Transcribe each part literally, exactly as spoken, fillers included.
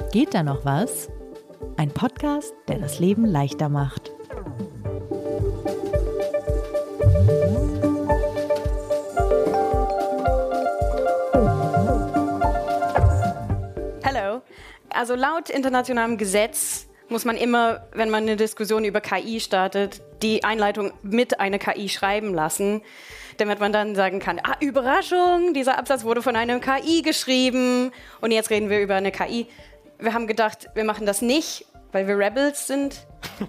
Geht da noch was? Ein Podcast, der das Leben leichter macht. Hallo. Also laut internationalem Gesetz muss man immer, wenn man eine Diskussion über K I startet, die Einleitung mit einer K I schreiben lassen, damit man dann sagen kann, ah, Überraschung, dieser Absatz wurde von einer K I geschrieben und jetzt reden wir über eine K I. Wir haben gedacht, wir machen das nicht, weil wir Rebels sind.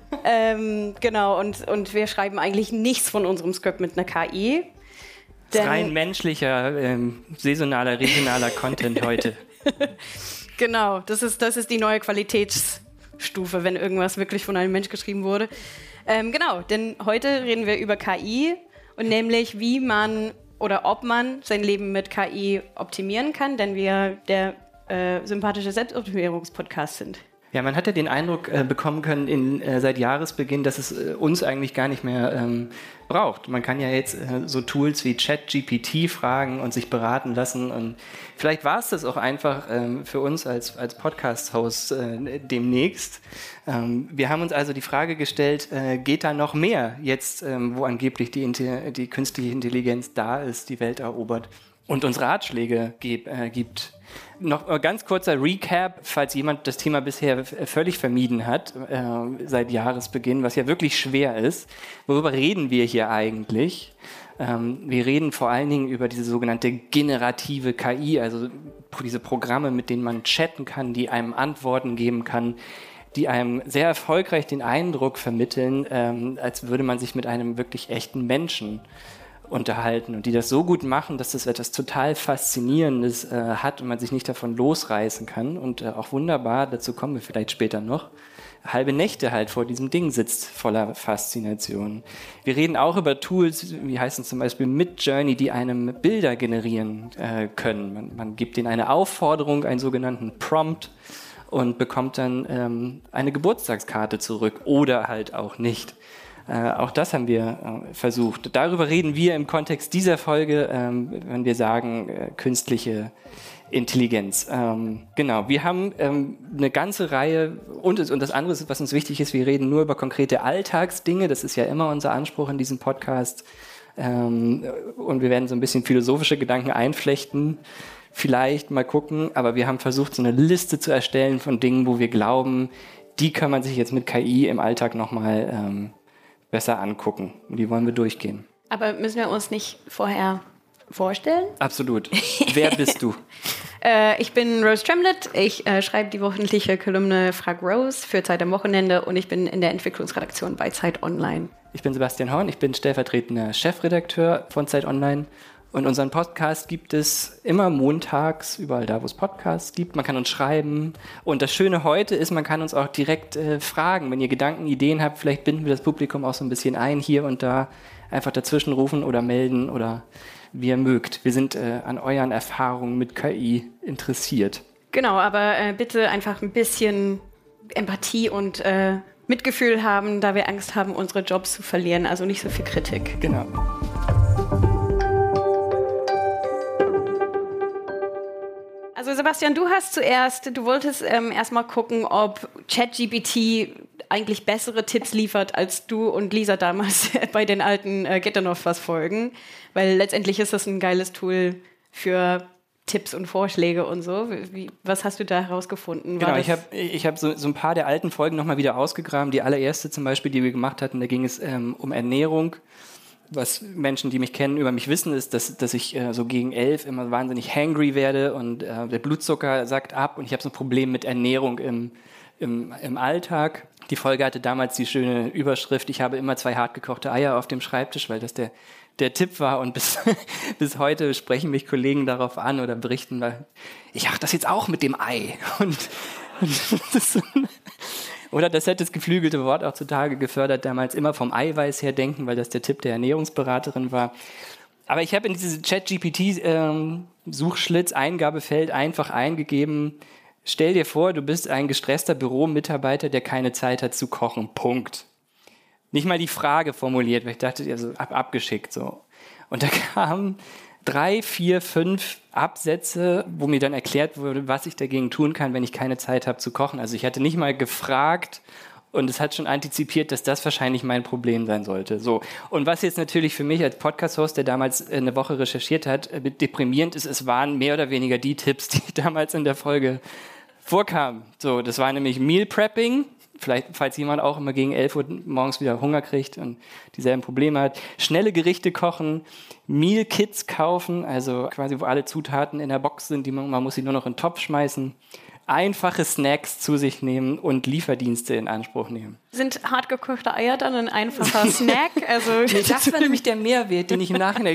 ähm, genau, und, und wir schreiben eigentlich nichts von unserem Skript mit einer K I. Das ist rein menschlicher, ähm, saisonaler, regionaler Content heute. Genau, das ist, das ist die neue Qualitätsstufe, wenn irgendwas wirklich von einem Mensch geschrieben wurde. Ähm, genau, denn heute reden wir über K I und nämlich, wie man oder ob man sein Leben mit K I optimieren kann, denn wir der äh, sympathische Selbstoptimierungspodcast sind. Ja, man hat ja den Eindruck äh, bekommen können in, äh, seit Jahresbeginn, dass es äh, uns eigentlich gar nicht mehr ähm, braucht. Man kann ja jetzt äh, so Tools wie ChatGPT fragen und sich beraten lassen. Und vielleicht war es das auch einfach ähm, für uns als, als Podcast-Host äh, demnächst. Ähm, wir haben uns also die Frage gestellt, äh, geht da noch mehr jetzt, ähm, wo angeblich die, die künstliche Intelligenz da ist, die Welt erobert und uns Ratschläge geb, äh, gibt. Noch ein ganz kurzer Recap, falls jemand das Thema bisher völlig vermieden hat, äh, seit Jahresbeginn, was ja wirklich schwer ist. Worüber reden wir hier eigentlich? Ähm, wir reden vor allen Dingen über diese sogenannte generative K I, also diese Programme, mit denen man chatten kann, die einem Antworten geben kann, die einem sehr erfolgreich den Eindruck vermitteln, ähm, als würde man sich mit einem wirklich echten Menschen unterhalten und die das so gut machen, dass das etwas total Faszinierendes äh, hat und man sich nicht davon losreißen kann und äh, auch wunderbar, dazu kommen wir vielleicht später noch, halbe Nächte halt vor diesem Ding sitzt, voller Faszination. Wir reden auch über Tools, wie heißen zum Beispiel Midjourney, die einem Bilder generieren äh, können. Man, man gibt ihnen eine Aufforderung, einen sogenannten Prompt und bekommt dann ähm, eine Geburtstagskarte zurück oder halt auch nicht. Äh, auch das haben wir äh, versucht. Darüber reden wir im Kontext dieser Folge, ähm, wenn wir sagen, äh, künstliche Intelligenz. Ähm, genau, wir haben ähm, eine ganze Reihe, und, und das andere, was uns wichtig ist, wir reden nur über konkrete Alltagsdinge, das ist ja immer unser Anspruch in diesem Podcast. Ähm, und wir werden so ein bisschen philosophische Gedanken einflechten, vielleicht mal gucken, aber wir haben versucht, so eine Liste zu erstellen von Dingen, wo wir glauben, die kann man sich jetzt mit K I im Alltag nochmal ähm, besser angucken. Und die wollen wir durchgehen. Aber müssen wir uns nicht vorher vorstellen? Absolut. Wer bist du? äh, ich bin Rose Tremlett. Ich äh, schreibe die wöchentliche Kolumne Frag Rose für Zeit am Wochenende und ich bin in der Entwicklungsredaktion bei Zeit Online. Ich bin Sebastian Horn. Ich bin stellvertretender Chefredakteur von Zeit Online. Und unseren Podcast gibt es immer montags, überall da, wo es Podcasts gibt. Man kann uns schreiben. Und das Schöne heute ist, man kann uns auch direkt äh, fragen. Wenn ihr Gedanken, Ideen habt, vielleicht binden wir das Publikum auch so ein bisschen ein, hier und da. Einfach dazwischen rufen oder melden oder wie ihr mögt. Wir sind äh, an euren Erfahrungen mit K I interessiert. Genau, aber äh, bitte einfach ein bisschen Empathie und äh, Mitgefühl haben, da wir Angst haben, unsere Jobs zu verlieren. Also nicht so viel Kritik. Genau. Also Sebastian, du hast zuerst, du wolltest ähm, erstmal gucken, ob ChatGPT eigentlich bessere Tipps liefert als du und Lisa damals bei den alten äh, Geht da noch was Folgen, weil letztendlich ist das ein geiles Tool für Tipps und Vorschläge und so. Wie, was hast du da herausgefunden? War genau, ich habe ich hab so, so ein paar der alten Folgen nochmal wieder ausgegraben. Die allererste zum Beispiel, die wir gemacht hatten, da ging es ähm, um Ernährung. Was Menschen, die mich kennen, über mich wissen, ist, dass, dass ich äh, so gegen elf immer wahnsinnig hangry werde und äh, der Blutzucker sackt ab und ich habe so ein Problem mit Ernährung im, im, im Alltag. Die Folge hatte damals die schöne Überschrift, ich habe immer zwei hartgekochte Eier auf dem Schreibtisch, weil das der, der Tipp war und bis, bis heute sprechen mich Kollegen darauf an oder berichten, weil ich mache das jetzt auch mit dem Ei. Und, und das ist so ein Oder das hätte das geflügelte Wort auch zutage gefördert, damals immer vom Eiweiß her denken, weil das der Tipp der Ernährungsberaterin war. Aber ich habe in dieses ChatGPT-Suchschlitz, ähm, Eingabefeld einfach eingegeben, stell dir vor, du bist ein gestresster Büromitarbeiter, der keine Zeit hat zu kochen, Punkt. Nicht mal die Frage formuliert, weil ich dachte, also ab, abgeschickt so. Und da kamen drei, vier, fünf Absätze, wo mir dann erklärt wurde, was ich dagegen tun kann, wenn ich keine Zeit habe zu kochen. Also ich hatte nicht mal gefragt und es hat schon antizipiert, dass das wahrscheinlich mein Problem sein sollte. So. Und was jetzt natürlich für mich als Podcast-Host, der damals eine Woche recherchiert hat, deprimierend ist, es waren mehr oder weniger die Tipps, die damals in der Folge vorkamen. So, das war nämlich Meal Prepping. Vielleicht, falls jemand auch immer gegen elf Uhr morgens wieder Hunger kriegt und dieselben Probleme hat. Schnelle Gerichte kochen, Meal Kits kaufen, also quasi wo alle Zutaten in der Box sind, die man, man muss sie nur noch in den Topf schmeißen. Einfache Snacks zu sich nehmen und Lieferdienste in Anspruch nehmen. Sind hart gekochte Eier dann ein einfacher Snack? Also nee, das war nämlich der Mehrwert, den ich im Nachhinein...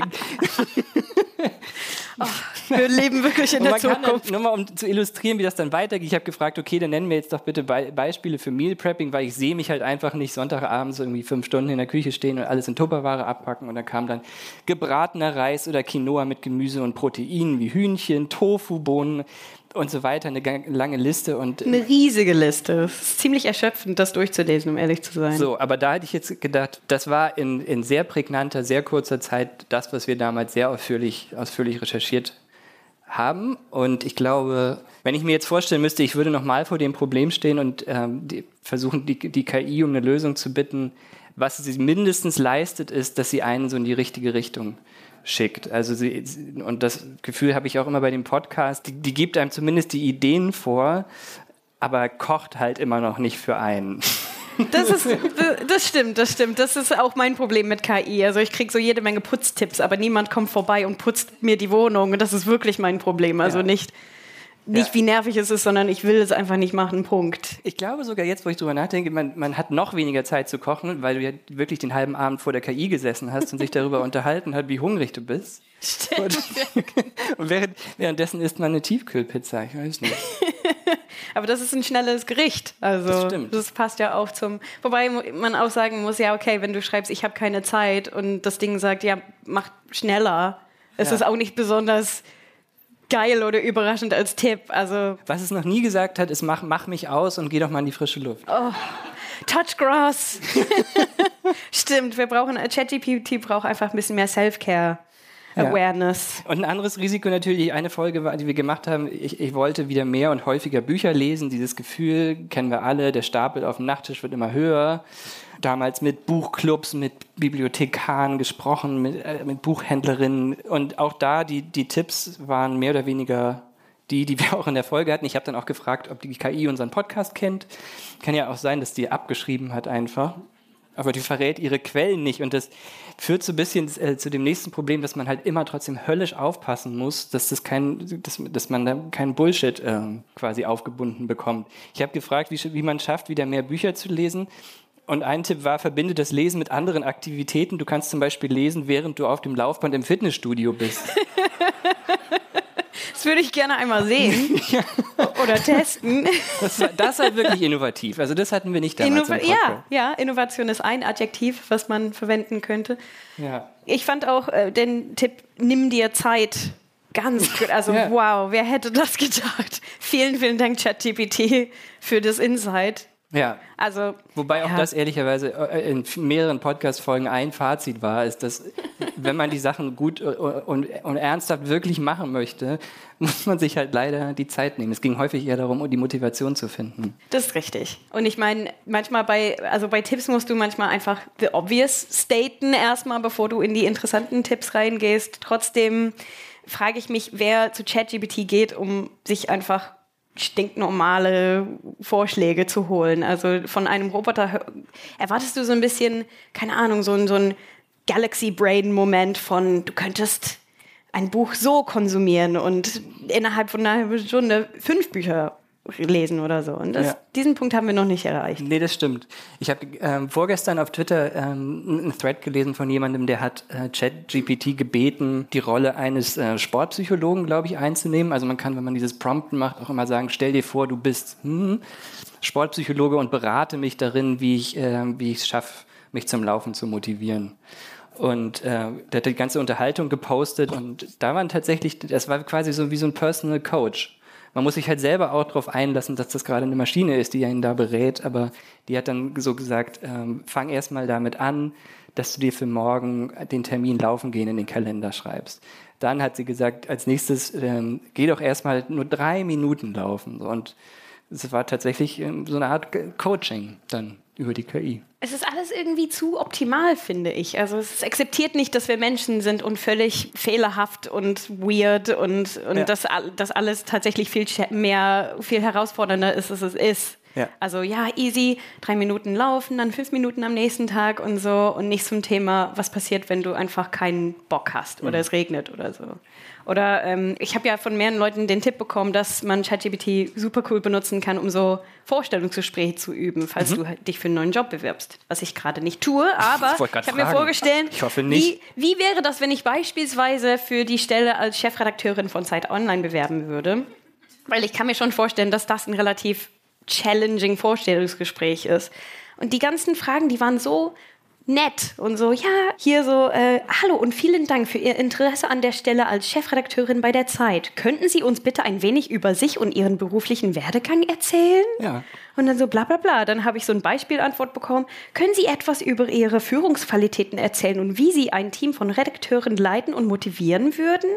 Oh, wir leben wirklich in der Zukunft. Halt, nur mal um zu illustrieren, wie das dann weitergeht. Ich habe gefragt, okay, dann nennen wir jetzt doch bitte Be- Beispiele für Meal Prepping, weil ich sehe mich halt einfach nicht Sonntagabends irgendwie fünf Stunden in der Küche stehen und alles in Tupperware abpacken. Und dann kam dann gebratener Reis oder Quinoa mit Gemüse und Proteinen wie Hühnchen, Tofu, Bohnen und so weiter. Eine g- lange Liste. Und eine riesige Liste. Es ist ziemlich erschöpfend, das durchzulesen, um ehrlich zu sein. So, aber da hätte ich jetzt gedacht, das war in, in sehr prägnanter, sehr kurzer Zeit das, was wir damals sehr ausführlich, ausführlich recherchiert haben. Und ich glaube, wenn ich mir jetzt vorstellen müsste, ich würde nochmal vor dem Problem stehen und ähm, die, versuchen, die, die K I um eine Lösung zu bitten, was sie mindestens leistet, ist, dass sie einen so in die richtige Richtung schickt. Also sie, und das Gefühl habe ich auch immer bei dem Podcast, die, die gibt einem zumindest die Ideen vor, aber kocht halt immer noch nicht für einen. Das ist, das stimmt, das stimmt. Das ist auch mein Problem mit K I. Also ich kriege so jede Menge Putztipps, aber niemand kommt vorbei und putzt mir die Wohnung. Und das ist wirklich mein Problem. Also ja. nicht, nicht ja. wie nervig es ist, sondern ich will es einfach nicht machen, Punkt. Ich glaube sogar jetzt, wo ich drüber nachdenke, man, man hat noch weniger Zeit zu kochen, weil du ja wirklich den halben Abend vor der K I gesessen hast und sich darüber unterhalten hat, wie hungrig du bist. Stimmt. Und, und während, währenddessen isst man eine Tiefkühlpizza, ich weiß nicht. Aber das ist ein schnelles Gericht. Also das stimmt. Das passt ja auch zum... Wobei man auch sagen muss, ja okay, wenn du schreibst, ich habe keine Zeit und das Ding sagt, ja, mach schneller. Es ja. ist auch nicht besonders geil oder überraschend als Tipp. Also was es noch nie gesagt hat, ist, mach, mach mich aus und geh doch mal in die frische Luft. Oh, touch grass. Stimmt, wir brauchen... ChatGPT braucht einfach ein bisschen mehr Self-Care. Awareness. Ja. Und ein anderes Risiko natürlich, eine Folge, war, die wir gemacht haben, ich, ich wollte wieder mehr und häufiger Bücher lesen. Dieses Gefühl kennen wir alle, der Stapel auf dem Nachttisch wird immer höher. Damals mit Buchclubs, mit Bibliothekaren gesprochen, mit, äh, mit Buchhändlerinnen. Und auch da, die, die Tipps waren mehr oder weniger die, die wir auch in der Folge hatten. Ich habe dann auch gefragt, ob die K I unseren Podcast kennt. Kann ja auch sein, dass die abgeschrieben hat einfach. Aber die verrät ihre Quellen nicht und das führt so ein bisschen äh, zu dem nächsten Problem, dass man halt immer trotzdem höllisch aufpassen muss, dass, das kein, dass, dass man da keinen Bullshit äh, quasi aufgebunden bekommt. Ich habe gefragt, wie, wie man schafft, wieder mehr Bücher zu lesen und ein Tipp war, verbinde das Lesen mit anderen Aktivitäten. Du kannst zum Beispiel lesen, während du auf dem Laufband im Fitnessstudio bist. Das würde ich gerne einmal sehen ja. oder testen. Das war, das war wirklich innovativ. Also das hatten wir nicht damals Innova- im ja, ja, Innovation ist ein Adjektiv, was man verwenden könnte. Ja. Ich fand auch äh, den Tipp, nimm dir Zeit. Ganz gut. Also ja. wow, wer hätte das gedacht? Vielen, vielen Dank, ChatGPT, für das Insight. Ja, also, wobei auch ja. das ehrlicherweise in mehreren Podcast-Folgen ein Fazit war, ist, dass wenn man die Sachen gut und, und ernsthaft wirklich machen möchte, muss man sich halt leider die Zeit nehmen. Es ging häufig eher darum, die Motivation zu finden. Das ist richtig. Und ich meine, manchmal bei, also bei Tipps musst du manchmal einfach the obvious staten erstmal, bevor du in die interessanten Tipps reingehst. Trotzdem frage ich mich, wer zu ChatGPT geht, um sich einfach stinknormale Vorschläge zu holen. Also von einem Roboter erwartest du so ein bisschen, keine Ahnung, so ein, so ein Galaxy-Brain-Moment von, du könntest ein Buch so konsumieren und innerhalb von einer halben Stunde fünf Bücher lesen oder so. Und das, ja. diesen Punkt haben wir noch nicht erreicht. Nee, das stimmt. Ich habe ähm, vorgestern auf Twitter ähm, einen Thread gelesen von jemandem, der hat äh, ChatGPT gebeten, die Rolle eines äh, Sportpsychologen, glaube ich, einzunehmen. Also man kann, wenn man dieses Prompten macht, auch immer sagen, stell dir vor, du bist hm, Sportpsychologe und berate mich darin, wie ich äh, wie ich es schaffe, mich zum Laufen zu motivieren. Und äh, der hat die ganze Unterhaltung gepostet und da waren tatsächlich, das war quasi so wie so ein Personal Coach. Man muss sich halt selber auch darauf einlassen, dass das gerade eine Maschine ist, die ihn da berät, aber die hat dann so gesagt, ähm, fang erst mal damit an, dass du dir für morgen den Termin laufen gehen in den Kalender schreibst. Dann hat sie gesagt, als nächstes, ähm, geh doch erstmal nur drei Minuten laufen. Und es war tatsächlich ähm, so eine Art Coaching dann über die K I. Es ist alles irgendwie zu optimal, finde ich. Also es akzeptiert nicht, dass wir Menschen sind und völlig fehlerhaft und weird und, und ja. dass das alles tatsächlich viel mehr, viel herausfordernder ist, als es ist. Ja. Also ja, easy, drei Minuten laufen, dann fünf Minuten am nächsten Tag und so und nicht zum Thema, was passiert, wenn du einfach keinen Bock hast oder mhm. es regnet oder so. Oder ähm, ich habe ja von mehreren Leuten den Tipp bekommen, dass man ChatGPT super cool benutzen kann, um so Vorstellungsgespräche zu üben, falls mhm. du dich für einen neuen Job bewirbst. Was ich gerade nicht tue, aber ich, ich habe mir vorgestellt, ich hoffe nicht. Wie, wie wäre das, wenn ich beispielsweise für die Stelle als Chefredakteurin von Zeit Online bewerben würde? Weil ich kann mir schon vorstellen, dass das ein relativ challenging Vorstellungsgespräch ist. Und die ganzen Fragen, die waren so nett und so, ja, hier so, äh, hallo und vielen Dank für Ihr Interesse an der Stelle als Chefredakteurin bei der Zeit. Könnten Sie uns bitte ein wenig über sich und Ihren beruflichen Werdegang erzählen? Ja. Und dann so bla bla bla. Dann habe ich so eine Beispielantwort bekommen. Können Sie etwas über Ihre Führungsqualitäten erzählen und wie Sie ein Team von Redakteuren leiten und motivieren würden?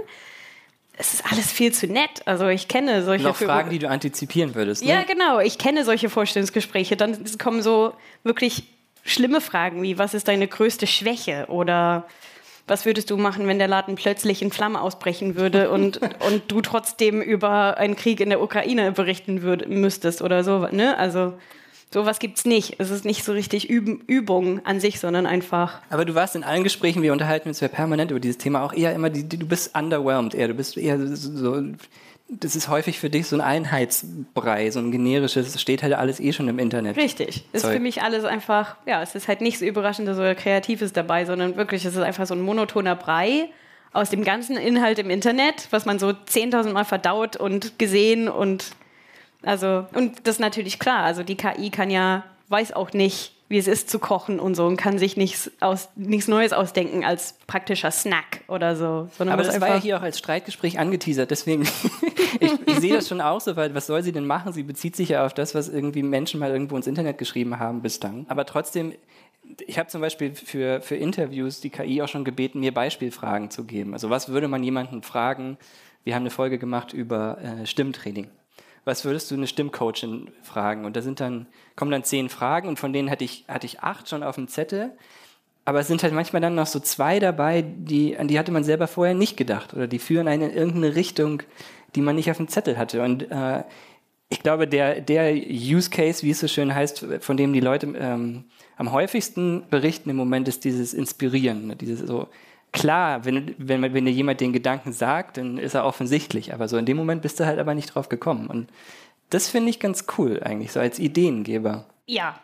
Es ist alles viel zu nett. Also ich kenne solche... Noch Fragen, die du antizipieren würdest, ne? Ja, genau. Ich kenne solche Vorstellungsgespräche. Dann kommen so wirklich schlimme Fragen wie, was ist deine größte Schwäche? Oder was würdest du machen, wenn der Laden plötzlich in Flammen ausbrechen würde und, und du trotzdem über einen Krieg in der Ukraine berichten würd, müsstest oder so, ne? Also... Sowas gibt's nicht. Es ist nicht so richtig Üb- Übung an sich, sondern einfach... Aber du warst in allen Gesprächen, wir unterhalten uns ja permanent über dieses Thema, auch eher immer, die, die, du bist underwhelmed eher, du bist eher so, das ist häufig für dich so ein Einheitsbrei, so ein generisches, steht halt alles eh schon im Internet. Richtig. Ist Sorry. Für mich alles einfach, ja, es ist halt nicht so Überraschendes oder Kreatives dabei, sondern wirklich, es ist einfach so ein monotoner Brei aus dem ganzen Inhalt im Internet, was man so zehntausend Mal verdaut und gesehen und... Also, und das ist natürlich klar, also die K I kann ja, weiß auch nicht, wie es ist zu kochen und so und kann sich nichts, aus, nichts Neues ausdenken als praktischer Snack oder so. Aber das war ja hier auch als Streitgespräch angeteasert, deswegen, ich, ich sehe das schon auch so, weil was soll sie denn machen? Sie bezieht sich ja auf das, was irgendwie Menschen mal irgendwo ins Internet geschrieben haben bislang. Aber trotzdem, ich habe zum Beispiel für, für Interviews die K I auch schon gebeten, mir Beispielfragen zu geben. Also was würde man jemanden fragen? Wir haben eine Folge gemacht über äh, Stimmtraining. Was würdest du eine Stimmcoachin fragen? Und da sind dann, kommen dann zehn Fragen und von denen hatte ich, hatte ich acht schon auf dem Zettel. Aber es sind halt manchmal dann noch so zwei dabei, die, an die hatte man selber vorher nicht gedacht. Oder die führen einen in irgendeine Richtung, die man nicht auf dem Zettel hatte. Und äh, ich glaube, der, der Use Case, wie es so schön heißt, von dem die Leute ähm, am häufigsten berichten im Moment, ist dieses Inspirieren. Ne? Dieses so, klar, wenn, wenn, wenn dir jemand den Gedanken sagt, dann ist er offensichtlich. Aber so in dem Moment bist du halt aber nicht drauf gekommen. Und das finde ich ganz cool eigentlich, so als Ideengeber. Ja.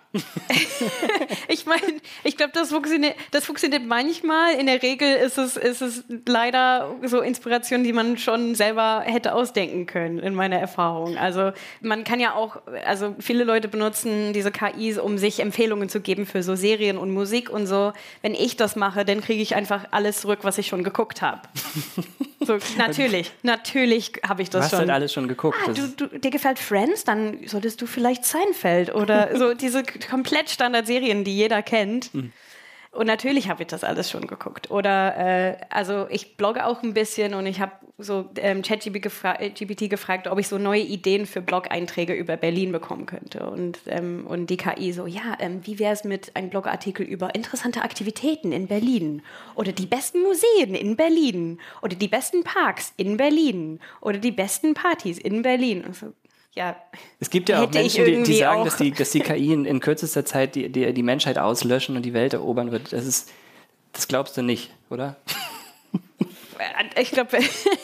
Ich meine, ich glaube, das funktioniert, das funktioniert manchmal. In der Regel ist es, ist es leider so Inspiration, die man schon selber hätte ausdenken können, in meiner Erfahrung. Also man kann ja auch, also viele Leute benutzen diese K Is, um sich Empfehlungen zu geben für so Serien und Musik und so. Wenn ich das mache, dann kriege ich einfach alles zurück, was ich schon geguckt habe. So, natürlich, natürlich habe ich das schon. Du hast schon. halt alles schon geguckt. Ah, du, du, dir gefällt Friends? Dann solltest du vielleicht Seinfeld oder so diese komplett Standardserien, die jeder kennt. Mhm. Und natürlich habe ich das alles schon geguckt. Oder, äh, also ich blogge auch ein bisschen und ich habe so ähm, ChatGPT gefra- G P T gefragt, ob ich so neue Ideen für Blog-Einträge über Berlin bekommen könnte. Und, ähm, und die K I so, ja, ähm, wie wäre es mit einem Blogartikel über interessante Aktivitäten in Berlin? Oder die besten Museen in Berlin? Oder die besten Parks in Berlin? Oder die besten Partys in Berlin? Also, ja, es gibt ja auch Menschen, die, die sagen, dass die, dass die K I in, in kürzester Zeit die, die, die Menschheit auslöschen und die Welt erobern wird. Das ist, das glaubst du nicht, oder? Ich glaube,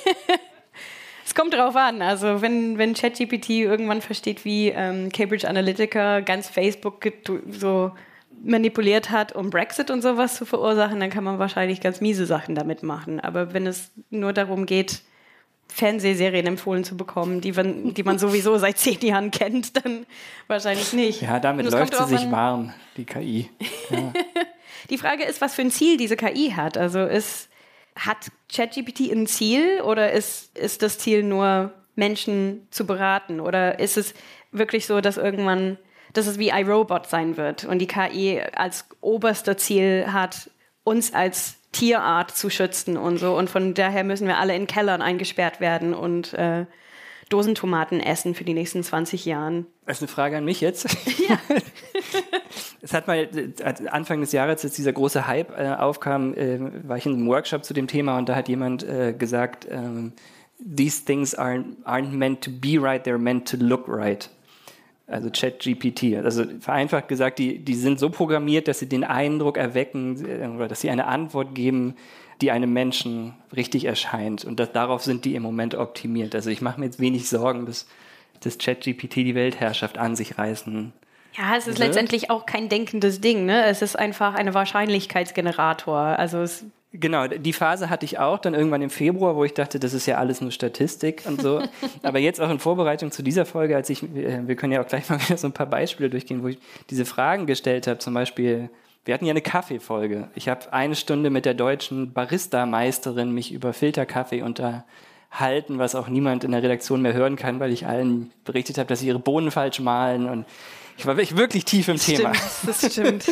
es kommt drauf an. Also wenn, wenn ChatGPT irgendwann versteht, wie ähm, Cambridge Analytica ganz Facebook so manipuliert hat, um Brexit und sowas zu verursachen, dann kann man wahrscheinlich ganz miese Sachen damit machen. Aber wenn es nur darum geht, Fernsehserien empfohlen zu bekommen, die man, die man sowieso seit zehn Jahren kennt, dann wahrscheinlich nicht. Ja, damit läuft sie sich warm, die K I. Ja. Die Frage ist, was für ein Ziel diese K I hat. Also ist, hat ChatGPT ein Ziel oder ist, ist das Ziel nur, Menschen zu beraten? Oder ist es wirklich so, dass irgendwann, dass es wie iRobot sein wird und die K I als oberster Ziel hat, uns als Tierart zu schützen und so. Und von daher müssen wir alle in Kellern eingesperrt werden und äh, Dosentomaten essen für die nächsten zwanzig Jahren. Das ist eine Frage an mich jetzt. Ja. Es hat mal Anfang des Jahres, als dieser große Hype äh, aufkam, äh, war ich in einem Workshop zu dem Thema und da hat jemand äh, gesagt, ähm, these things aren't, aren't meant to be right, they're meant to look right. Also ChatGPT. Also vereinfacht gesagt, die, die sind so programmiert, dass sie den Eindruck erwecken äh, oder dass sie eine Antwort geben, die einem Menschen richtig erscheint. Und das, darauf sind die im Moment optimiert. Also ich mache mir jetzt wenig Sorgen, dass das ChatGPT die Weltherrschaft an sich reißen. Ja, es ist wird. Letztendlich auch kein denkendes Ding, ne? Es ist einfach ein Wahrscheinlichkeitsgenerator. Also es Genau, die Phase hatte ich auch dann irgendwann im Februar, wo ich dachte, das ist ja alles nur Statistik und so. Aber jetzt auch in Vorbereitung zu dieser Folge, als ich, wir können ja auch gleich mal wieder so ein paar Beispiele durchgehen, wo ich diese Fragen gestellt habe, zum Beispiel, wir hatten ja eine Kaffeefolge. Ich habe eine Stunde mit der deutschen Barista-Meisterin mich über Filterkaffee unterhalten, was auch niemand in der Redaktion mehr hören kann, weil ich allen berichtet habe, dass sie ihre Bohnen falsch mahlen und ich war wirklich tief im stimmt, Thema. Das stimmt.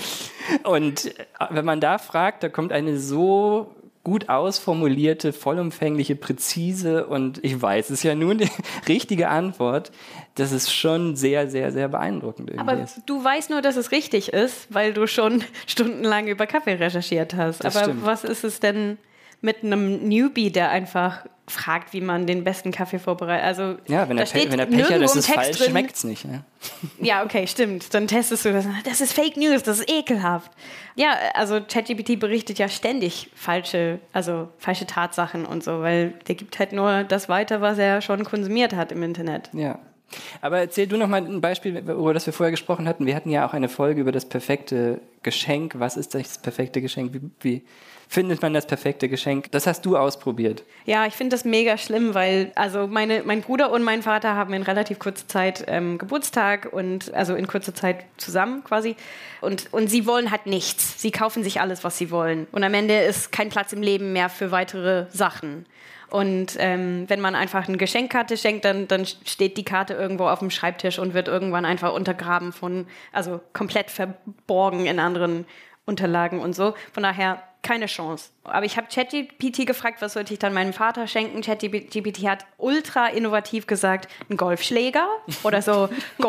Und wenn man da fragt, da kommt eine so gut ausformulierte, vollumfängliche, präzise und ich weiß, es ist ja nun die richtige Antwort, das ist schon sehr, sehr, sehr beeindruckend irgendwie. Aber du weißt nur, dass es richtig ist, weil du schon stundenlang über Kaffee recherchiert hast. Das Aber stimmt. Was ist es denn mit einem Newbie, der einfach fragt, wie man den besten Kaffee vorbereitet? Also, ja, wenn da der, Pe- steht wenn der Pech hat, nirgendwo das im ist Text falsch, drin, schmeckt es nicht. Ne? Ja, okay, stimmt. Dann testest du das. Das ist Fake News, das ist ekelhaft. Ja, also ChatGPT berichtet ja ständig falsche, also falsche Tatsachen und so, weil der gibt halt nur das weiter, was er schon konsumiert hat im Internet. Ja. Aber erzähl du noch mal ein Beispiel, über das wir vorher gesprochen hatten. Wir hatten ja auch eine Folge über das perfekte Geschenk. Was ist das perfekte Geschenk? Wie, wie findet man das perfekte Geschenk? Das hast du ausprobiert. Ja, ich finde das mega schlimm, weil also meine, mein Bruder und mein Vater haben in relativ kurzer Zeit ähm, Geburtstag und also in kurzer Zeit zusammen quasi. Und, und sie wollen halt nichts. Sie kaufen sich alles, was sie wollen. Und am Ende ist kein Platz im Leben mehr für weitere Sachen. Und ähm, wenn man einfach eine Geschenkkarte schenkt, dann, dann steht die Karte irgendwo auf dem Schreibtisch und wird irgendwann einfach untergraben von, also komplett verborgen in anderen Unterlagen und so. Von daher keine Chance. Aber ich habe ChatGPT gefragt, was sollte ich dann meinem Vater schenken? ChatGPT hat ultra innovativ gesagt, ein Golfschläger oder so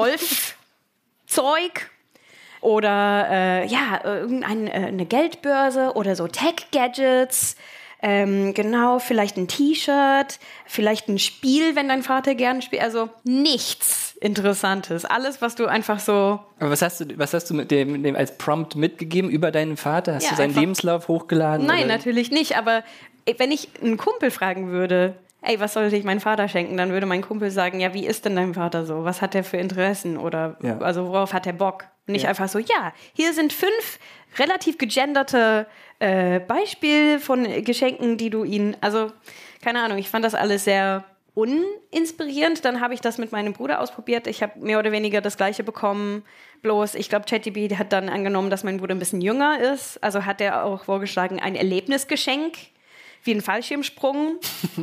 Golfzeug. Oder äh, ja, irgendeine äh, Geldbörse oder so Tech-Gadgets. Ähm, genau, vielleicht ein T-Shirt, vielleicht ein Spiel, wenn dein Vater gerne spielt. Also nichts Interessantes. Alles, was du einfach so... Aber was hast du, was hast du mit dem, mit dem als Prompt mitgegeben über deinen Vater? Hast Ja, du seinen einfach- Lebenslauf hochgeladen? Nein, oder? natürlich nicht. Aber wenn ich einen Kumpel fragen würde, ey, was sollte ich meinem Vater schenken? Dann würde mein Kumpel sagen, ja, wie ist denn dein Vater so? Was hat er für Interessen? Oder Ja. also worauf hat er Bock? Und nicht Ja. einfach so, ja, hier sind fünf relativ gegenderte äh, Beispiele von Geschenken, die du ihnen, also keine Ahnung, ich fand das alles sehr uninspirierend. Dann habe ich das mit meinem Bruder ausprobiert. Ich habe mehr oder weniger das Gleiche bekommen. Bloß, ich glaube, ChatGPT hat dann angenommen, dass mein Bruder ein bisschen jünger ist. Also hat er auch vorgeschlagen, ein Erlebnisgeschenk, wie ein Fallschirmsprung.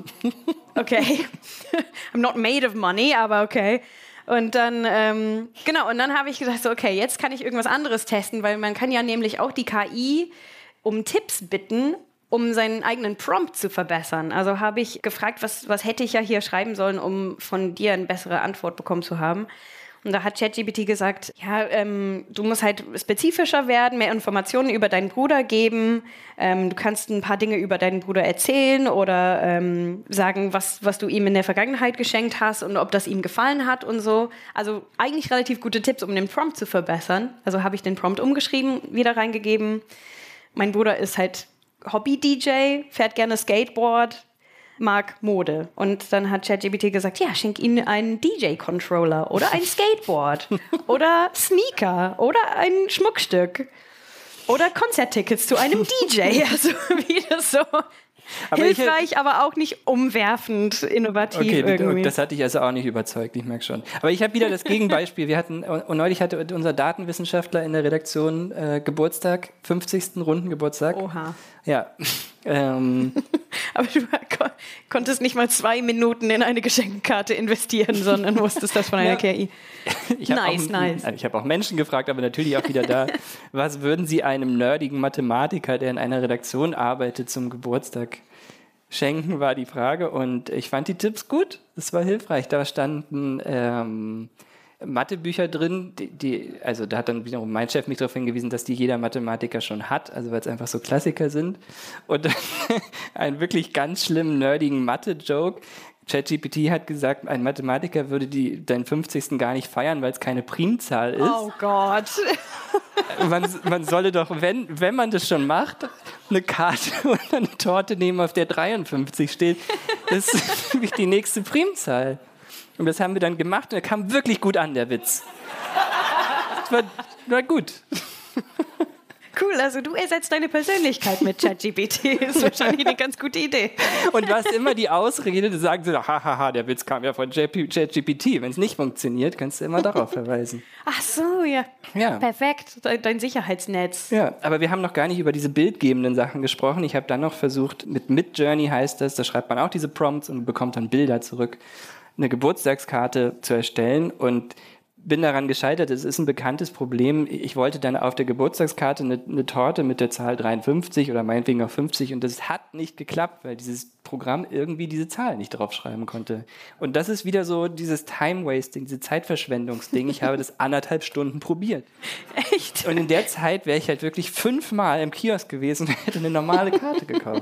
Okay. I'm not made of money, aber okay. Und dann, ähm, genau, und dann habe ich gedacht, so, okay, jetzt kann ich irgendwas anderes testen, weil man kann ja nämlich auch die K I um Tipps bitten, um seinen eigenen Prompt zu verbessern. Also habe ich gefragt, was, was hätte ich ja hier schreiben sollen, um von dir eine bessere Antwort bekommen zu haben. Und da hat ChatGPT gesagt, ja, ähm, du musst halt spezifischer werden, mehr Informationen über deinen Bruder geben. Ähm, du kannst ein paar Dinge über deinen Bruder erzählen oder ähm, sagen, was, was du ihm in der Vergangenheit geschenkt hast und ob das ihm gefallen hat und so. Also eigentlich relativ gute Tipps, um den Prompt zu verbessern. Also habe ich den Prompt umgeschrieben, wieder reingegeben. Mein Bruder ist halt Hobby-D J, fährt gerne Skateboard, mag Mode. Und dann hat ChatGPT gesagt, ja, schenk ihm einen D J-Controller oder ein Skateboard oder Sneaker oder ein Schmuckstück oder Konzerttickets zu einem D J. Also wie das so Aber hilfreich, ich, aber auch nicht umwerfend, innovativ okay, irgendwie. das hat dich also auch nicht überzeugt, ich merke schon. Aber ich habe wieder das Gegenbeispiel. Wir hatten, und neulich hatte unser Datenwissenschaftler in der Redaktion äh, Geburtstag, fünfzigsten Runden Geburtstag. Oha. Ja. ähm, Aber du kon- konntest nicht mal zwei Minuten in eine Geschenkkarte investieren, sondern musstest das von einer Ja. K I. Ich hab Nice, auch, nice. Ich habe auch Menschen gefragt, aber natürlich auch wieder da, was würden Sie einem nerdigen Mathematiker, der in einer Redaktion arbeitet, zum Geburtstag schenken, war die Frage. Und ich fand die Tipps gut. Es war hilfreich. Da standen ähm, Mathebücher drin, die, die, also da hat dann wiederum mein Chef mich darauf hingewiesen, dass die jeder Mathematiker schon hat, also weil es einfach so Klassiker sind. Und dann einen wirklich ganz schlimmen, nerdigen Mathe-Joke. ChatGPT hat gesagt, ein Mathematiker würde die, deinen fünfzigsten gar nicht feiern, weil es keine Primzahl ist. Oh Gott. Man, man solle doch, wenn, wenn man das schon macht, eine Karte oder eine Torte nehmen, auf der dreiundfünfzig steht. Das ist nämlich die nächste Primzahl. Und das haben wir dann gemacht und er kam wirklich gut an, der Witz. Das war, war gut. Cool, also du ersetzt deine Persönlichkeit mit ChatGPT. Das ist wahrscheinlich eine ganz gute Idee. Und du hast immer die Ausrede, du sagst so, hahaha, der Witz kam ja von ChatGPT. Wenn es nicht funktioniert, kannst du immer darauf verweisen. Ach so, ja. Ja. Perfekt, dein, dein Sicherheitsnetz. Ja, aber wir haben noch gar nicht über diese bildgebenden Sachen gesprochen. Ich habe dann noch versucht, mit Midjourney heißt das, da schreibt man auch diese Prompts und bekommt dann Bilder zurück, eine Geburtstagskarte zu erstellen und bin daran gescheitert. Es ist ein bekanntes Problem. Ich wollte dann auf der Geburtstagskarte eine, eine Torte mit der Zahl dreiundfünfzig oder meinetwegen auch fünfzig und das hat nicht geklappt, weil dieses Programm irgendwie diese Zahl nicht draufschreiben konnte. Und das ist wieder so dieses Time-Wasting, diese Zeitverschwendungsding. Ich habe das anderthalb Stunden probiert. Echt? Und in der Zeit wäre ich halt wirklich fünfmal im Kiosk gewesen und hätte eine normale Karte gekauft.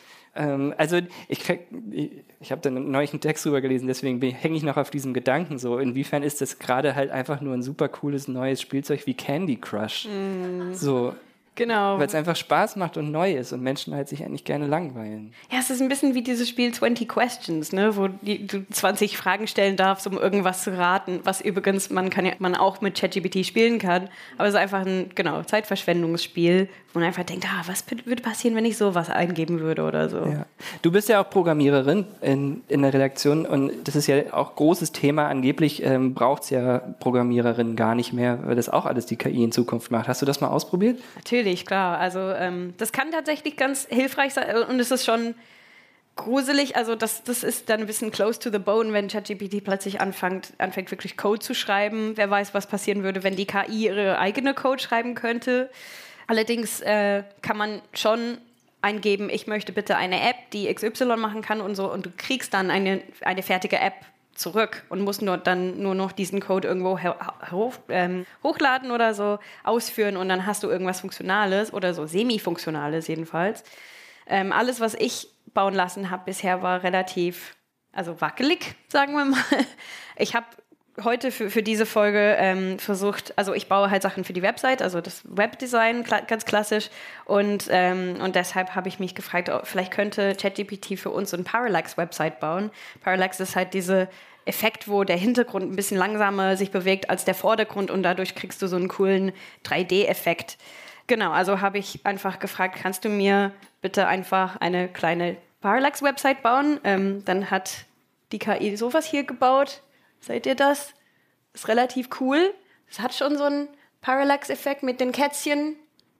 ähm, also ich, ich, ich habe da neulich einen Text drüber gelesen, deswegen hänge ich noch auf diesem Gedanken so. Inwiefern ist das gerade halt einfach nur ein super cooles neues Spielzeug wie Candy Crush? Mm. So. Genau. Weil es einfach Spaß macht und neu ist und Menschen halt sich eigentlich gerne langweilen. Ja, es ist ein bisschen wie dieses Spiel zwanzig Questions, ne, wo die, du zwanzig Fragen stellen darfst, um irgendwas zu raten, was übrigens man kann ja, man auch mit ChatGPT spielen kann, aber es ist einfach ein, genau, Zeitverschwendungsspiel, wo man einfach denkt, ah, was würde passieren, wenn ich sowas eingeben würde oder so. Ja. Du bist ja auch Programmiererin in, in der Redaktion und das ist ja auch großes Thema. Angeblich ähm, braucht es ja Programmiererinnen gar nicht mehr, weil das auch alles die K I in Zukunft macht. Hast du das mal ausprobiert? Natürlich, klar. Also ähm, das kann tatsächlich ganz hilfreich sein und es ist schon gruselig. Also das, das ist dann ein bisschen close to the bone, wenn ChatGPT plötzlich anfängt, anfängt, wirklich Code zu schreiben. Wer weiß, was passieren würde, wenn die K I ihre eigene Code schreiben könnte. Allerdings äh, kann man schon eingeben, ich möchte bitte eine App, die X Y machen kann und so und du kriegst dann eine, eine fertige App zurück und musst nur dann nur noch diesen Code irgendwo hoch, ähm, hochladen oder so ausführen und dann hast du irgendwas Funktionales oder so semi-Funktionales jedenfalls. Ähm, alles, was ich bauen lassen habe bisher, war relativ, also wackelig, sagen wir mal. Ich habe heute für, für diese Folge ähm, versucht, also ich baue halt Sachen für die Website, also das Webdesign, kla- ganz klassisch und, ähm, und deshalb habe ich mich gefragt, oh, vielleicht könnte ChatGPT für uns so eine Parallax-Website bauen. Parallax ist halt diese Effekt, wo der Hintergrund ein bisschen langsamer sich bewegt als der Vordergrund und dadurch kriegst du so einen coolen drei D-Effekt. Genau, also habe ich einfach gefragt, kannst du mir bitte einfach eine kleine Parallax-Website bauen? Ähm, dann hat die K I sowas hier gebaut. Seht ihr das? Ist relativ cool. Es hat schon so einen Parallax-Effekt mit den Kätzchen.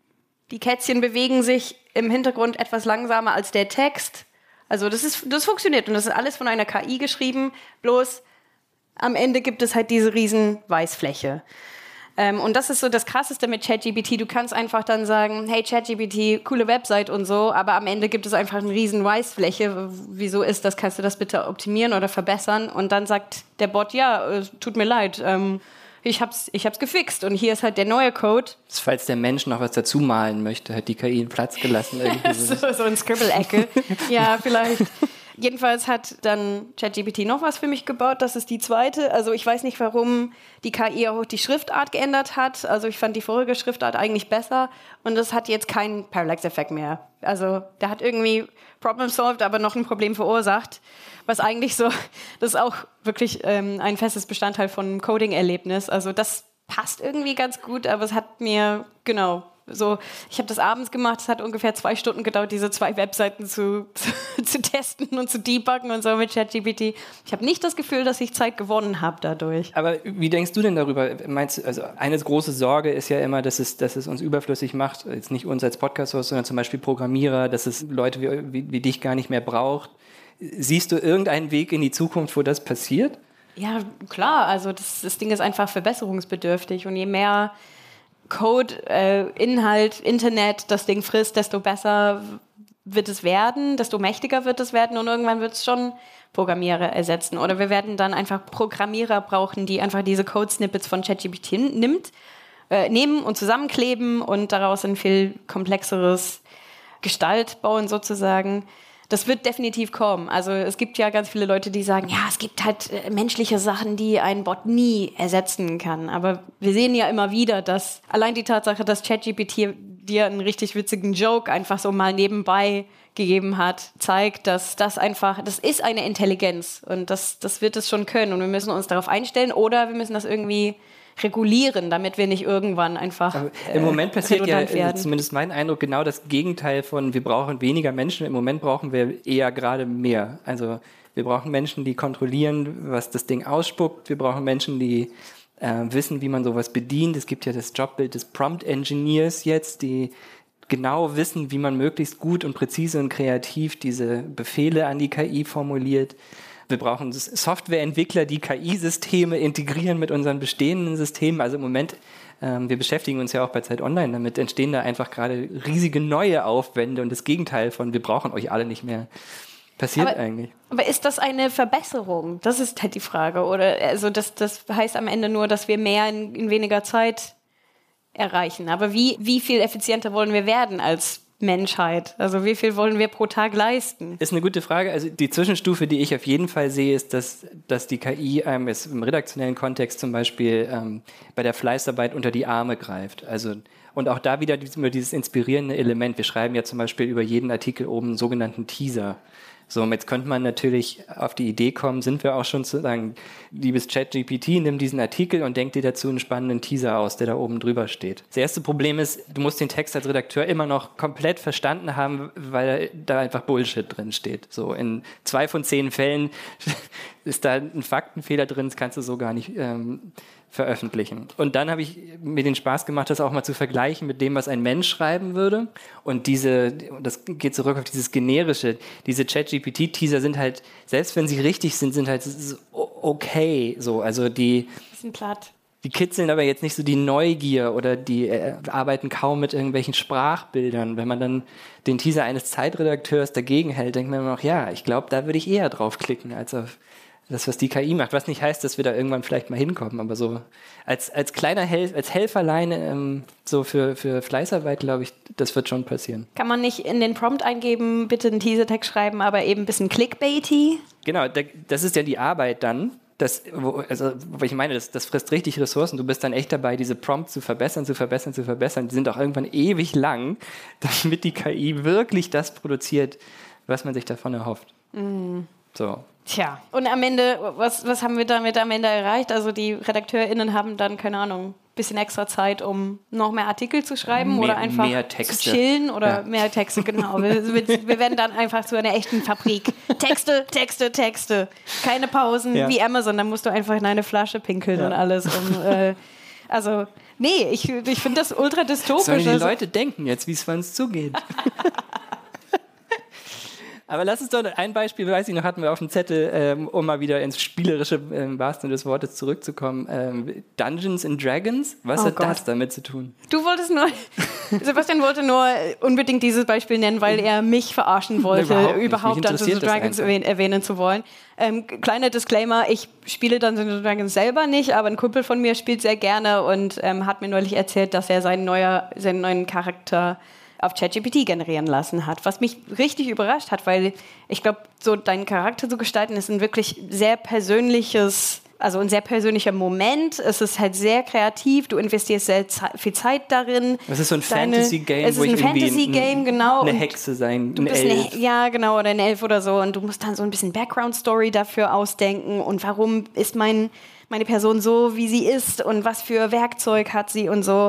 Die Kätzchen bewegen sich im Hintergrund etwas langsamer als der Text. Also das ist, das funktioniert und das ist alles von einer K I geschrieben. Bloß am Ende gibt es halt diese riesen Weißfläche. Ähm, und das ist so das Krasseste mit ChatGPT. Du kannst einfach dann sagen, hey ChatGPT, coole Website und so, aber am Ende gibt es einfach eine riesen Weißfläche. Wieso ist das? Kannst du das bitte optimieren oder verbessern? Und dann sagt der Bot, ja, äh, tut mir leid, ähm, ich hab's, ich hab's gefixt und hier ist halt der neue Code. Falls der Mensch noch was dazu malen möchte, hat die K I einen Platz gelassen. Irgendwie so, so ein Scribble-Ecke. Ja, vielleicht. Jedenfalls hat dann ChatGPT noch was für mich gebaut. Das ist die zweite. Also ich weiß nicht, warum die K I auch die Schriftart geändert hat. Also ich fand die vorige Schriftart eigentlich besser. Und das hat jetzt keinen Parallax-Effekt mehr. Also der hat irgendwie Problem solved, aber noch ein Problem verursacht. Was eigentlich so, das ist auch wirklich ähm, ein festes Bestandteil von einem Coding-Erlebnis. Also das passt irgendwie ganz gut, aber es hat mir, genau, so, ich habe das abends gemacht, es hat ungefähr zwei Stunden gedauert, diese zwei Webseiten zu, zu, zu testen und zu debuggen und so mit ChatGPT. Ich habe nicht das Gefühl, dass ich Zeit gewonnen habe dadurch. Aber wie denkst du denn darüber? Meinst du, also eine große Sorge ist ja immer, dass es, dass es uns überflüssig macht, jetzt nicht uns als Podcast-Host, sondern zum Beispiel Programmierer, dass es Leute wie, wie, wie dich gar nicht mehr braucht. Siehst du irgendeinen Weg in die Zukunft, wo das passiert? Ja, klar. Also das, das Ding ist einfach verbesserungsbedürftig und je mehr Code, äh, Inhalt, Internet das Ding frisst, desto besser wird es werden, desto mächtiger wird es werden und irgendwann wird es schon Programmierer ersetzen. Oder wir werden dann einfach Programmierer brauchen, die einfach diese Code-Snippets von ChatGPT nimmt, äh, nehmen und zusammenkleben und daraus ein viel komplexeres Gestalt bauen sozusagen. Das wird definitiv kommen. Also es gibt ja ganz viele Leute, die sagen, ja, es gibt halt äh, menschliche Sachen, die ein Bot nie ersetzen kann. Aber wir sehen ja immer wieder, dass allein die Tatsache, dass ChatGPT dir einen richtig witzigen Joke einfach so mal nebenbei gegeben hat, zeigt, dass das einfach, das ist eine Intelligenz und das, das wird es schon können und wir müssen uns darauf einstellen oder wir müssen das irgendwie regulieren, damit wir nicht irgendwann einfach Aber im Moment passiert ja, werden. Zumindest mein Eindruck, genau das Gegenteil von wir brauchen weniger Menschen. Im Moment brauchen wir eher gerade mehr. Also wir brauchen Menschen, die kontrollieren, was das Ding ausspuckt. Wir brauchen Menschen, die äh, wissen, wie man sowas bedient. Es gibt ja das Jobbild des Prompt Engineers jetzt, die genau wissen, wie man möglichst gut und präzise und kreativ diese Befehle an die K I formuliert. Wir brauchen Softwareentwickler, die K I-Systeme integrieren mit unseren bestehenden Systemen. Also im Moment, ähm, wir beschäftigen uns ja auch bei Zeit Online damit, entstehen da einfach gerade riesige neue Aufwände und das Gegenteil von, wir brauchen euch alle nicht mehr, passiert aber, eigentlich. Aber ist das eine Verbesserung? Das ist halt die Frage. Oder also das, das heißt am Ende nur, dass wir mehr in, in weniger Zeit erreichen. Aber wie, wie viel effizienter wollen wir werden als Menschheit? Also wie viel wollen wir pro Tag leisten? Ist eine gute Frage. Also die Zwischenstufe, die ich auf jeden Fall sehe, ist, dass, dass die K I einem jetzt im redaktionellen Kontext zum Beispiel ähm, bei der Fleißarbeit unter die Arme greift. Also und auch da wieder dieses, dieses inspirierende Element. Wir schreiben ja zum Beispiel über jeden Artikel oben einen sogenannten Teaser. So, und jetzt könnte man natürlich auf die Idee kommen, sind wir auch schon zu sagen, liebes ChatGPT, nimm diesen Artikel und denk dir dazu einen spannenden Teaser aus, der da oben drüber steht. Das erste Problem ist, du musst den Text als Redakteur immer noch komplett verstanden haben, weil da einfach Bullshit drin steht. So, in zwei von zehn Fällen ist da ein Faktenfehler drin, das kannst du so gar nicht ähm, veröffentlichen. Und dann habe ich mir den Spaß gemacht, das auch mal zu vergleichen mit dem, was ein Mensch schreiben würde. Und diese, das geht zurück auf dieses Generische, diese ChatGPT-Teaser sind halt, selbst wenn sie richtig sind, sind halt okay, so, also die... Bisschen platt. Die kitzeln aber jetzt nicht so die Neugier oder die äh, arbeiten kaum mit irgendwelchen Sprachbildern. Wenn man dann den Teaser eines Zeitredakteurs dagegen hält, denkt man immer noch, ja, ich glaube, da würde ich eher draufklicken, als auf das, was die K I macht. Was nicht heißt, dass wir da irgendwann vielleicht mal hinkommen, aber so als, als kleiner Hel- als Helferlein ähm, so für, für Fleißarbeit, glaube ich, das wird schon passieren. Kann man nicht in den Prompt eingeben, bitte einen Teaser-Text schreiben, aber eben ein bisschen clickbaity? Genau, da, das ist ja die Arbeit dann. Das, wo, also, wo ich meine, das, das frisst richtig Ressourcen. Du bist dann echt dabei, diese Prompts zu verbessern, zu verbessern, zu verbessern. Die sind auch irgendwann ewig lang, damit die K I wirklich das produziert, was man sich davon erhofft. Mm. So. Tja, und am Ende, was, was haben wir damit am Ende erreicht? Also die RedakteurInnen haben dann, keine Ahnung, ein bisschen extra Zeit, um noch mehr Artikel zu schreiben mehr, oder einfach mehr Texte. zu chillen oder ja. mehr Texte, genau. Wir, wir werden dann einfach zu einer echten Fabrik. Texte, Texte, Texte. Keine Pausen, ja. Wie Amazon, dann musst du einfach in eine Flasche pinkeln ja. und alles. Um, äh, also, nee, ich, ich finde das ultra dystopisch. Sollen die also, Leute denken jetzt, wie es für uns zugeht? Aber lass uns doch ein Beispiel, weiß ich noch, hatten wir auf dem Zettel, ähm, um mal wieder ins Spielerische, im wahrsten Sinne des Wortes zurückzukommen. Ähm, Dungeons and Dragons, was oh hat Gott. das damit zu tun? Du wolltest nur, Sebastian wollte nur unbedingt dieses Beispiel nennen, weil er mich verarschen wollte, überhaupt, überhaupt Dungeons and Dragons erwähnen, erwähnen zu wollen. Ähm, kleiner Disclaimer, ich spiele Dungeons and Dragons selber nicht, aber ein Kumpel von mir spielt sehr gerne und ähm, hat mir neulich erzählt, dass er seinen, neuer, seinen neuen Charakter auf ChatGPT generieren lassen hat, was mich richtig überrascht hat, weil ich glaube, so deinen Charakter zu gestalten ist ein wirklich sehr persönliches, also ein sehr persönlicher Moment. Es ist halt sehr kreativ, du investierst sehr ze- viel Zeit darin. Es ist so ein Deine, Fantasy-Game, es ist wo ich ein Fantasy-Game, genau. eine Hexe sein, du ein bist Elf. Eine, ja, genau, oder ein Elf oder so und du musst dann so ein bisschen Background-Story dafür ausdenken und warum ist mein, meine Person so, wie sie ist und was für Werkzeug hat sie und so.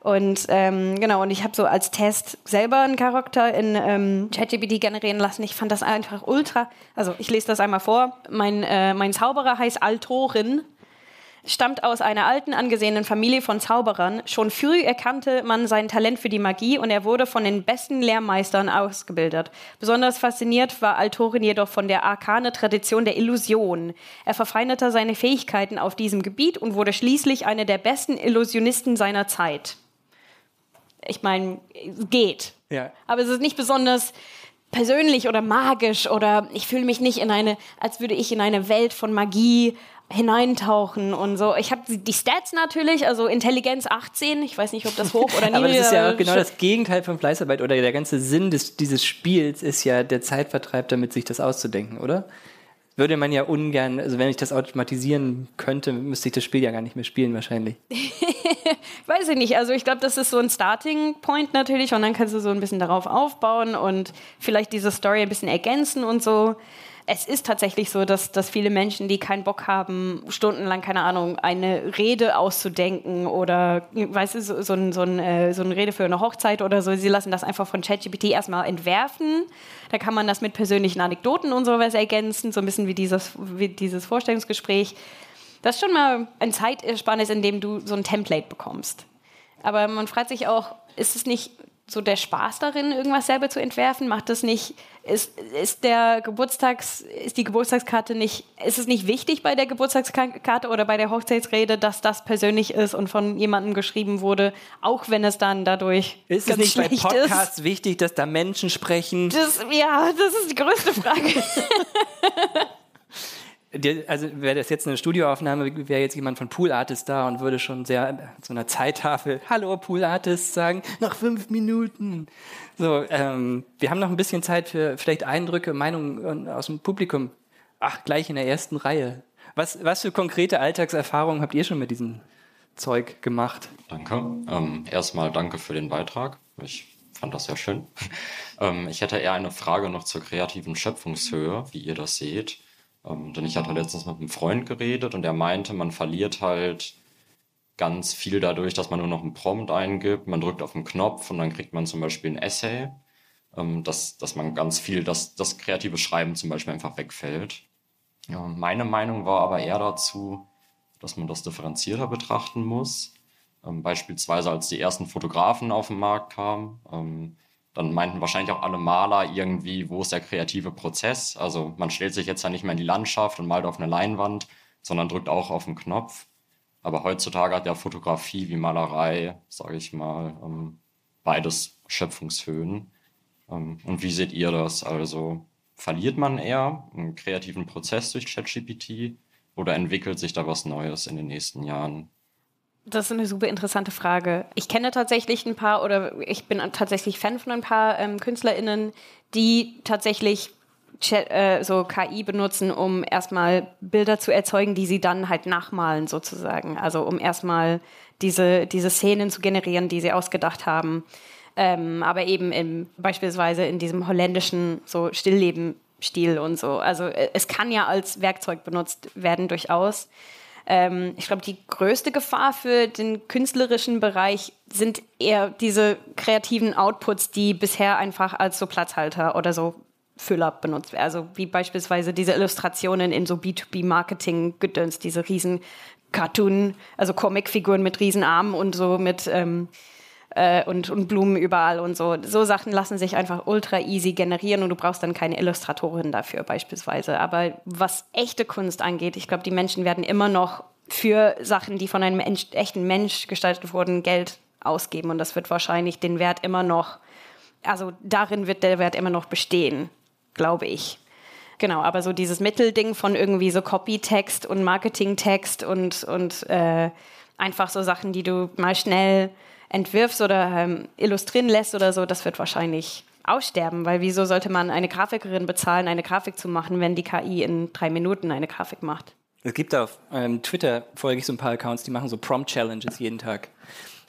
Und ähm, genau, und ich habe so als Test selber einen Charakter in ähm, ChatGPT generieren lassen. Ich fand das einfach ultra, also ich lese das einmal vor. Mein, äh, mein Zauberer heißt Altorin, stammt aus einer alten, angesehenen Familie von Zauberern. Schon früh erkannte man sein Talent für die Magie und er wurde von den besten Lehrmeistern ausgebildet. Besonders fasziniert war Altorin jedoch von der arkane Tradition der Illusion. Er verfeinerte seine Fähigkeiten auf diesem Gebiet und wurde schließlich einer der besten Illusionisten seiner Zeit. Ich meine, geht. Ja. Aber es ist nicht besonders persönlich oder magisch oder ich fühle mich nicht in eine, als würde ich in eine Welt von Magie hineintauchen und so. Ich habe die Stats natürlich, also Intelligenz achtzehn, ich weiß nicht, ob das hoch oder niedrig ist. Aber das ist ja auch genau das Gegenteil von Fleißarbeit oder der ganze Sinn des, dieses Spiels ist ja der Zeitvertreib, damit sich das auszudenken, oder? Würde man ja ungern, also wenn ich das automatisieren könnte, müsste ich das Spiel ja gar nicht mehr spielen wahrscheinlich. Weiß ich nicht, also ich glaube, das ist so ein Starting Point natürlich und dann kannst du so ein bisschen darauf aufbauen und vielleicht diese Story ein bisschen ergänzen und so. Es ist tatsächlich so, dass, dass viele Menschen, die keinen Bock haben, stundenlang, keine Ahnung, eine Rede auszudenken oder, weißt du, so, so, ein, so, ein, äh, so eine Rede für eine Hochzeit oder so, sie lassen das einfach von ChatGPT erstmal entwerfen. Da kann man das mit persönlichen Anekdoten und sowas ergänzen, so ein bisschen wie dieses, wie dieses Vorstellungsgespräch. Das ist schon mal ein Zeitersparnis, in dem du so ein Template bekommst. Aber man fragt sich auch, ist es nicht so der Spaß darin, irgendwas selber zu entwerfen? Macht das nicht, ist, ist der Geburtstags, ist die Geburtstagskarte nicht, ist es nicht wichtig bei der Geburtstagskarte oder bei der Hochzeitsrede, dass das persönlich ist und von jemandem geschrieben wurde, auch wenn es dann dadurch ist ganz es nicht schlecht bei Podcasts ist? Wichtig, dass da Menschen sprechen? Das, ja, das ist die größte Frage. Also wäre das jetzt eine Studioaufnahme, wäre jetzt jemand von Pool Artist da und würde schon sehr so einer Zeittafel Hallo Pool Artist sagen, nach fünf Minuten. So, ähm, wir haben noch ein bisschen Zeit für vielleicht Eindrücke, Meinungen aus dem Publikum. Ach, gleich in der ersten Reihe. Was, was für konkrete Alltagserfahrungen habt ihr schon mit diesem Zeug gemacht? Danke. Ähm, erstmal danke für den Beitrag. Ich fand das sehr schön. ähm, ich hätte eher eine Frage noch zur kreativen Schöpfungshöhe, wie ihr das seht. Ähm, denn ich hatte letztens mit einem Freund geredet und er meinte, man verliert halt ganz viel dadurch, dass man nur noch einen Prompt eingibt, man drückt auf einen Knopf und dann kriegt man zum Beispiel ein Essay, ähm, dass, dass man ganz viel, dass das kreative Schreiben zum Beispiel einfach wegfällt. Ja, meine Meinung war aber eher dazu, dass man das differenzierter betrachten muss. Ähm, beispielsweise als die ersten Fotografen auf den Markt kamen, ähm, dann meinten wahrscheinlich auch alle Maler irgendwie, wo ist der kreative Prozess? Also man stellt sich jetzt ja nicht mehr in die Landschaft und malt auf eine Leinwand, sondern drückt auch auf den Knopf. Aber heutzutage hat ja Fotografie wie Malerei, sage ich mal, beides Schöpfungshöhen. Und wie seht ihr das? Also verliert man eher einen kreativen Prozess durch ChatGPT oder entwickelt sich da was Neues in den nächsten Jahren? Das ist eine super interessante Frage. Ich kenne tatsächlich ein paar oder ich bin tatsächlich Fan von ein paar ähm, KünstlerInnen, die tatsächlich Chat, äh, so K I benutzen, um erstmal Bilder zu erzeugen, die sie dann halt nachmalen sozusagen. Also um erstmal diese, diese Szenen zu generieren, die sie ausgedacht haben. Ähm, aber eben im, beispielsweise in diesem holländischen so Stillleben-Stil und so. Also es kann ja als Werkzeug benutzt werden durchaus. Ähm, ich glaube, die größte Gefahr für den künstlerischen Bereich sind eher diese kreativen Outputs, die bisher einfach als so Platzhalter oder so Füller benutzt werden. Also wie beispielsweise diese Illustrationen in so B zwei B-Marketing-Gedöns, diese riesen Cartoon, also Comicfiguren mit riesen Armen und so mit ähm, äh, und, und Blumen überall und so. So Sachen lassen sich einfach ultra easy generieren und du brauchst dann keine Illustratorin dafür beispielsweise. Aber was echte Kunst angeht, ich glaube, die Menschen werden immer noch für Sachen, die von einem Mensch, echten Mensch gestaltet wurden, Geld ausgeben und das wird wahrscheinlich den Wert immer noch, also darin wird der Wert immer noch bestehen, glaube ich. Genau, aber so dieses Mittelding von irgendwie so Copytext und Marketingtext und, und äh, einfach so Sachen, die du mal schnell entwirfst oder ähm, illustrieren lässt oder so, das wird wahrscheinlich aussterben, weil wieso sollte man eine Grafikerin bezahlen, eine Grafik zu machen, wenn die K I in drei Minuten eine Grafik macht? Es gibt auf ähm, Twitter, folge ich so ein paar Accounts, die machen so Prompt-Challenges jeden Tag.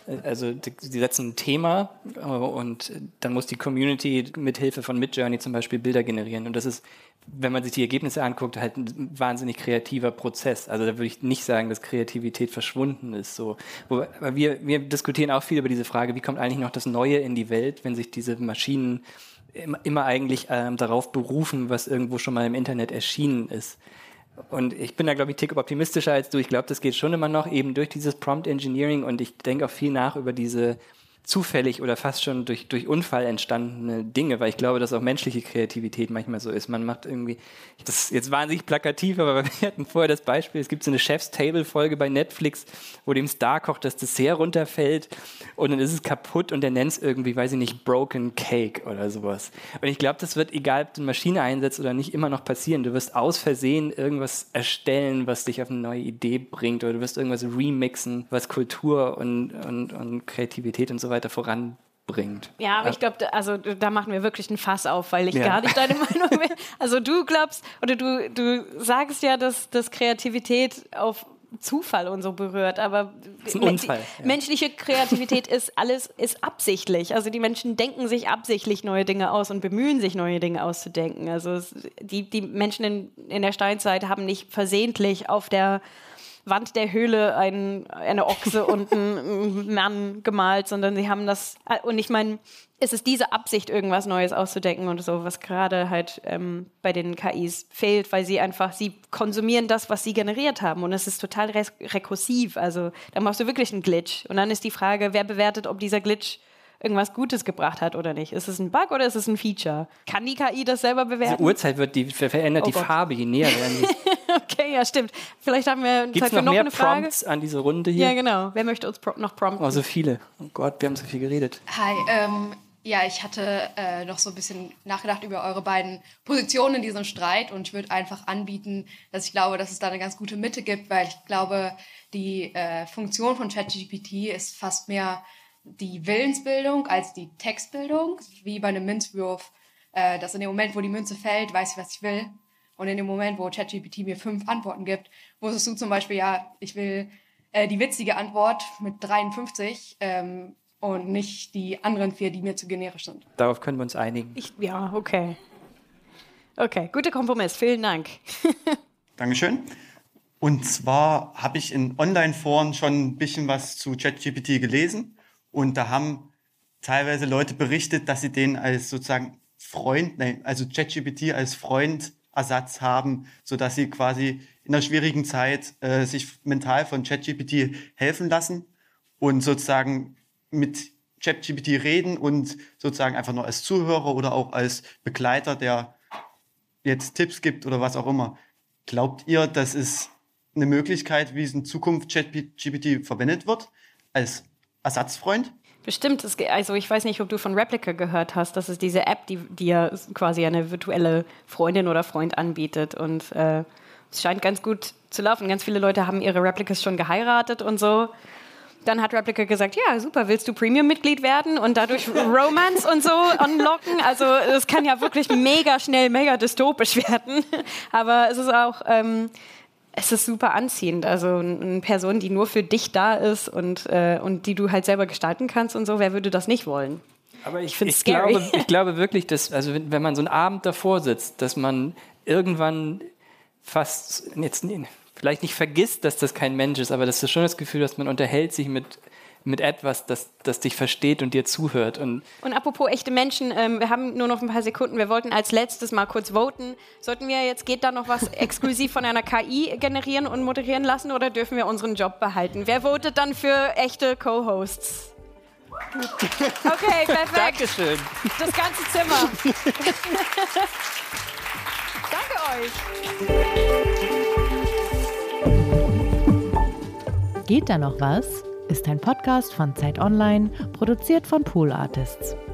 Also die, die setzen ein Thema und dann muss die Community mit Hilfe von Midjourney zum Beispiel Bilder generieren. Und das ist, wenn man sich die Ergebnisse anguckt, halt ein wahnsinnig kreativer Prozess. Also da würde ich nicht sagen, dass Kreativität verschwunden ist. So. Aber wir, wir diskutieren auch viel über diese Frage, wie kommt eigentlich noch das Neue in die Welt, wenn sich diese Maschinen immer, immer eigentlich ähm, darauf berufen, was irgendwo schon mal im Internet erschienen ist. Und ich bin da, glaube ich, einen Tick optimistischer als du. Ich glaube, das geht schon immer noch eben durch dieses Prompt Engineering und ich denke auch viel nach über diese zufällig oder fast schon durch, durch Unfall entstandene Dinge, weil ich glaube, dass auch menschliche Kreativität manchmal so ist. Man macht irgendwie, das ist jetzt wahnsinnig plakativ, aber wir hatten vorher das Beispiel, es gibt so eine Chef's-Table-Folge bei Netflix, wo dem Star-Koch das Dessert runterfällt und dann ist es kaputt und der nennt es irgendwie, weiß ich nicht, Broken Cake oder sowas. Und ich glaube, das wird, egal ob du eine Maschine einsetzt oder nicht, immer noch passieren. Du wirst aus Versehen irgendwas erstellen, was dich auf eine neue Idee bringt oder du wirst irgendwas remixen, was Kultur und, und, und Kreativität und so weiter voranbringt. Ja, aber ich glaube, also da machen wir wirklich ein Fass auf, weil ich Ja. gar nicht deine Meinung bin. Also du glaubst, oder du, du sagst ja, dass, dass Kreativität auf Zufall und so berührt, aber ist ein Unfall, die, ja. menschliche Kreativität ist alles ist absichtlich. Also die Menschen denken sich absichtlich neue Dinge aus und bemühen sich, neue Dinge auszudenken. Also es, die, die Menschen in, in der Steinzeit haben nicht versehentlich auf der Wand der Höhle ein, eine Ochse und einen Mann gemalt, sondern sie haben das, und ich meine, es ist diese Absicht, irgendwas Neues auszudenken und so, was gerade halt ähm, bei den K Is fehlt, weil sie einfach, sie konsumieren das, was sie generiert haben und es ist total res- rekursiv, also da machst du wirklich einen Glitch und dann ist die Frage, wer bewertet, ob dieser Glitch irgendwas Gutes gebracht hat oder nicht. Ist es ein Bug oder ist es ein Feature? Kann die K I das selber bewerten? Die Uhrzeit wird, die ver- verändert Oh die Gott. Farbe, je näher werden die. Okay, ja, stimmt. Vielleicht haben wir Gibt Zeit es für noch noch mehr eine Frage. Prompts an diese Runde hier? Ja, genau. Wer möchte uns pro- noch prompten? Oh, so viele. Oh Gott, wir haben so viel geredet. Hi, ähm, ja, ich hatte äh, noch so ein bisschen nachgedacht über eure beiden Positionen in diesem Streit und ich würde einfach anbieten, dass ich glaube, dass es da eine ganz gute Mitte gibt, weil ich glaube, die äh, Funktion von ChatGPT ist fast mehr die Willensbildung als die Textbildung, wie bei einem Münzwurf, äh, dass in dem Moment, wo die Münze fällt, weiß ich, was ich will. Und in dem Moment, wo ChatGPT mir fünf Antworten gibt, wusstest du zum Beispiel, ja, ich will äh, die witzige Antwort mit dreiundfünfzig ähm, und nicht die anderen vier, die mir zu generisch sind. Darauf können wir uns einigen. Ich, ja, okay. Okay, guter Kompromiss. Vielen Dank. Dankeschön. Und zwar habe ich in Online-Foren schon ein bisschen was zu ChatGPT gelesen und da haben teilweise Leute berichtet, dass sie den als sozusagen Freund, nein, also ChatGPT als Freundersatz haben, sodass sie quasi in einer schwierigen Zeit äh, sich mental von ChatGPT helfen lassen und sozusagen mit ChatGPT reden und sozusagen einfach nur als Zuhörer oder auch als Begleiter, der jetzt Tipps gibt oder was auch immer. Glaubt ihr, das ist eine Möglichkeit, wie es in Zukunft ChatGPT verwendet wird, als Ersatzfreund? Bestimmt. Es, ge- also ich weiß nicht, ob du von Replica gehört hast. Das ist diese App, die dir quasi eine virtuelle Freundin oder Freund anbietet. Und äh, es scheint ganz gut zu laufen. Ganz viele Leute haben ihre Replicas schon geheiratet und so. Dann hat Replica gesagt, ja, super, willst du Premium-Mitglied werden und dadurch Romance und so unlocken? Also es kann ja wirklich mega schnell, mega dystopisch werden. Aber es ist auch, ähm, es ist super anziehend. Also eine Person, die nur für dich da ist und, äh, und die du halt selber gestalten kannst und so, wer würde das nicht wollen? Aber ich, find's ich, scary. glaube, ich glaube wirklich, dass, also wenn, wenn man so einen Abend davor sitzt, dass man irgendwann fast, jetzt vielleicht nicht vergisst, dass das kein Mensch ist, aber das ist schon das Gefühl, dass man unterhält sich mit, mit etwas, das, das dich versteht und dir zuhört. Und Und apropos echte Menschen, ähm, wir haben nur noch ein paar Sekunden. Wir wollten als letztes mal kurz voten. Sollten wir jetzt, geht da noch was exklusiv von einer K I generieren und moderieren lassen oder dürfen wir unseren Job behalten? Wer votet dann für echte Co-Hosts? Okay, perfekt. Dankeschön. Das ganze Zimmer. Danke euch. Geht da noch was? Ist ein Podcast von Zeit Online, produziert von Pool Artists.